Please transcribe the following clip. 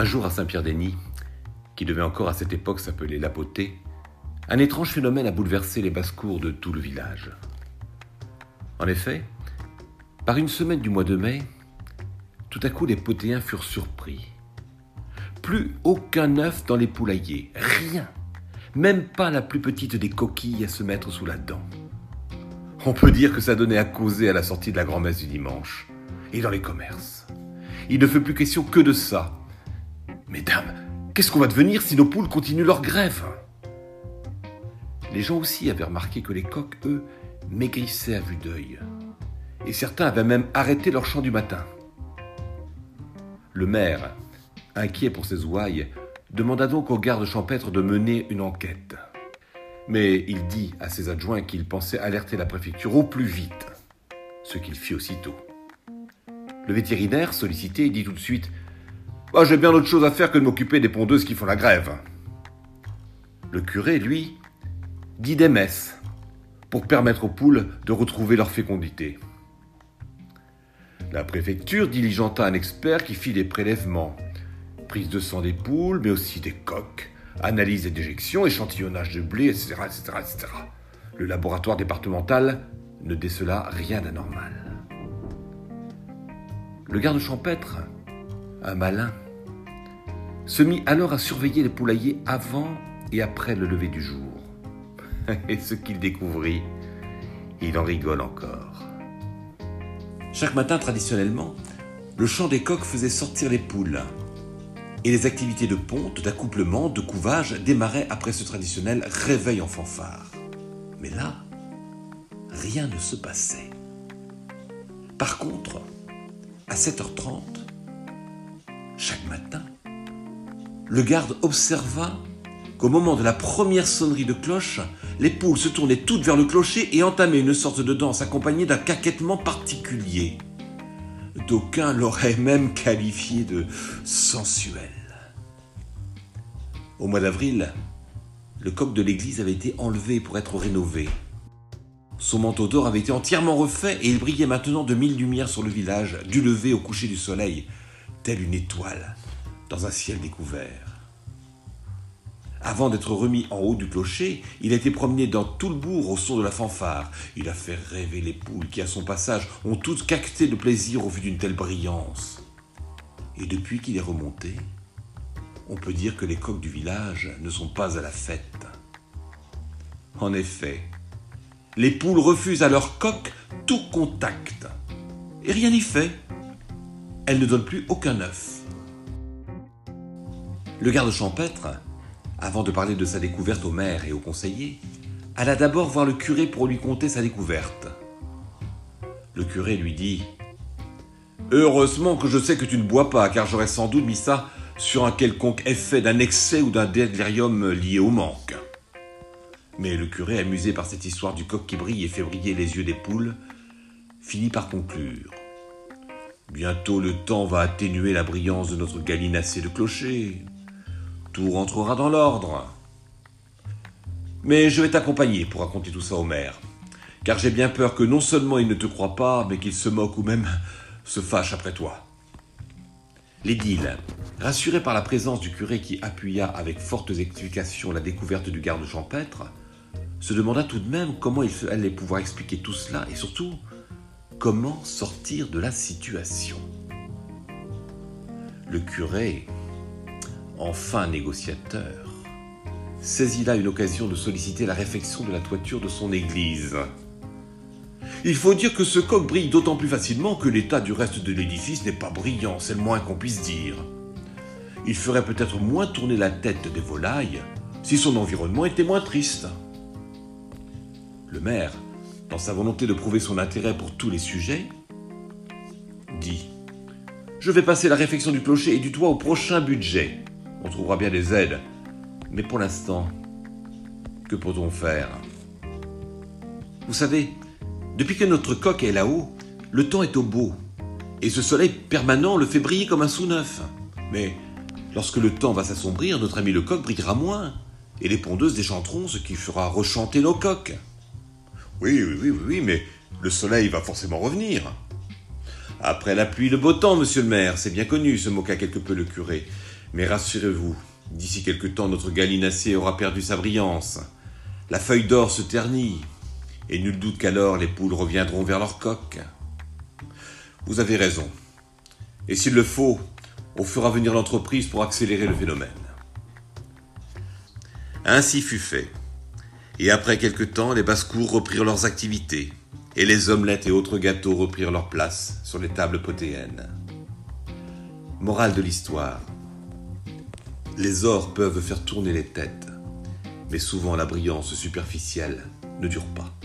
Un jour à Saint-Pierre-des-Nies, qui devait encore à cette époque s'appeler La Potée, un étrange phénomène a bouleversé les basses-cours de tout le village. En effet, par une semaine du mois de mai, tout à coup les Potéens furent surpris. Plus aucun œuf dans les poulaillers, rien, même pas la plus petite des coquilles à se mettre sous la dent. On peut dire que ça donnait à causer à la sortie de la grand-messe du dimanche, et dans les commerces. Il ne fait plus question que de ça. Mesdames, qu'est-ce qu'on va devenir si nos poules continuent leur grève ? Les gens aussi avaient remarqué que les coqs, eux, maigrissaient à vue d'œil. Et certains avaient même arrêté leur chant du matin. Le maire, inquiet pour ses ouailles, demanda donc aux gardes champêtres de mener une enquête. Mais il dit à ses adjoints qu'il pensait alerter la préfecture au plus vite, ce qu'il fit aussitôt. Le vétérinaire, sollicité, dit tout de suite « J'ai bien autre chose à faire que de m'occuper des pondeuses qui font la grève. » Le curé, lui, dit des messes pour permettre aux poules de retrouver leur fécondité. La préfecture diligenta un expert qui fit des prélèvements, prise de sang des poules, mais aussi des coqs, analyse des déjections, échantillonnage de blé, etc., etc., etc. Le laboratoire départemental ne décela rien d'anormal. Le garde champêtre, un malin, se mit alors à surveiller les poulaillers avant et après le lever du jour. Et ce qu'il découvrit, il en rigole encore. Chaque matin, traditionnellement, le chant des coqs faisait sortir les poules. Et les activités de ponte, d'accouplement, de couvage démarraient après ce traditionnel réveil en fanfare. Mais là, rien ne se passait. Par contre, à 7h30, chaque matin, le garde observa qu'au moment de la première sonnerie de cloche, les poules se tournaient toutes vers le clocher et entamaient une sorte de danse accompagnée d'un caquettement particulier. D'aucuns l'auraient même qualifié de sensuel. Au mois d'avril, le coq de l'église avait été enlevé pour être rénové. Son manteau d'or avait été entièrement refait et il brillait maintenant de 1000 lumières sur le village, du lever au coucher du soleil, telle une étoile dans un ciel découvert. Avant d'être remis en haut du clocher, il a été promené dans tout le bourg au son de la fanfare. Il a fait rêver les poules qui, à son passage, ont toutes caqueté de plaisir au vu d'une telle brillance. Et depuis qu'il est remonté, on peut dire que les coqs du village ne sont pas à la fête. En effet, les poules refusent à leurs coqs tout contact. Et rien n'y fait. Elles ne donnent plus aucun œuf. Le garde champêtre, avant de parler de sa découverte au maire et aux conseillers, alla d'abord voir le curé pour lui conter sa découverte. Le curé lui dit « Heureusement que je sais que tu ne bois pas, car j'aurais sans doute mis ça sur un quelconque effet d'un excès ou d'un délirium lié au manque. » Mais le curé, amusé par cette histoire du coq qui brille et fait briller les yeux des poules, finit par conclure « Bientôt le temps va atténuer la brillance de notre gallinacé de clocher. Tout rentrera dans l'ordre. Mais je vais t'accompagner pour raconter tout ça au maire, car j'ai bien peur que non seulement il ne te croie pas, mais qu'il se moque ou même se fâche après toi. » L'édile, rassuré par la présence du curé qui appuya avec fortes explications la découverte du garde champêtre, se demanda tout de même comment il allait pouvoir expliquer tout cela et surtout, comment sortir de la situation. Le curé, enfin négociateur, saisit là une occasion de solliciter la réfection de la toiture de son église. Il faut dire que ce coq brille d'autant plus facilement que l'état du reste de l'édifice n'est pas brillant, c'est le moins qu'on puisse dire. Il ferait peut-être moins tourner la tête des volailles si son environnement était moins triste. Le maire, dans sa volonté de prouver son intérêt pour tous les sujets, dit « Je vais passer la réfection du clocher et du toit au prochain budget. On trouvera bien des aides. Mais pour l'instant, que peut-on faire ? Vous savez, depuis que notre coq est là-haut, le temps est au beau. Et ce soleil permanent le fait briller comme un sous-neuf. Mais lorsque le temps va s'assombrir, notre ami le coq brillera moins. Et les pondeuses déchanteront, ce qui fera rechanter nos coqs. Oui, mais le soleil va forcément revenir. Après la pluie, le beau temps, monsieur le maire, c'est bien connu, se moqua quelque peu le curé. Mais rassurez-vous, d'ici quelque temps, notre gallinacé aura perdu sa brillance. La feuille d'or se ternit, et nul doute qu'alors les poules reviendront vers leur coque. Vous avez raison. Et s'il le faut, on fera venir l'entreprise pour accélérer le phénomène. Ainsi fut fait. Et après quelque temps, les basses-cours reprirent leurs activités, et les omelettes et autres gâteaux reprirent leur place sur les tables potéennes. Morale de l'histoire. Les ors peuvent faire tourner les têtes, mais souvent la brillance superficielle ne dure pas.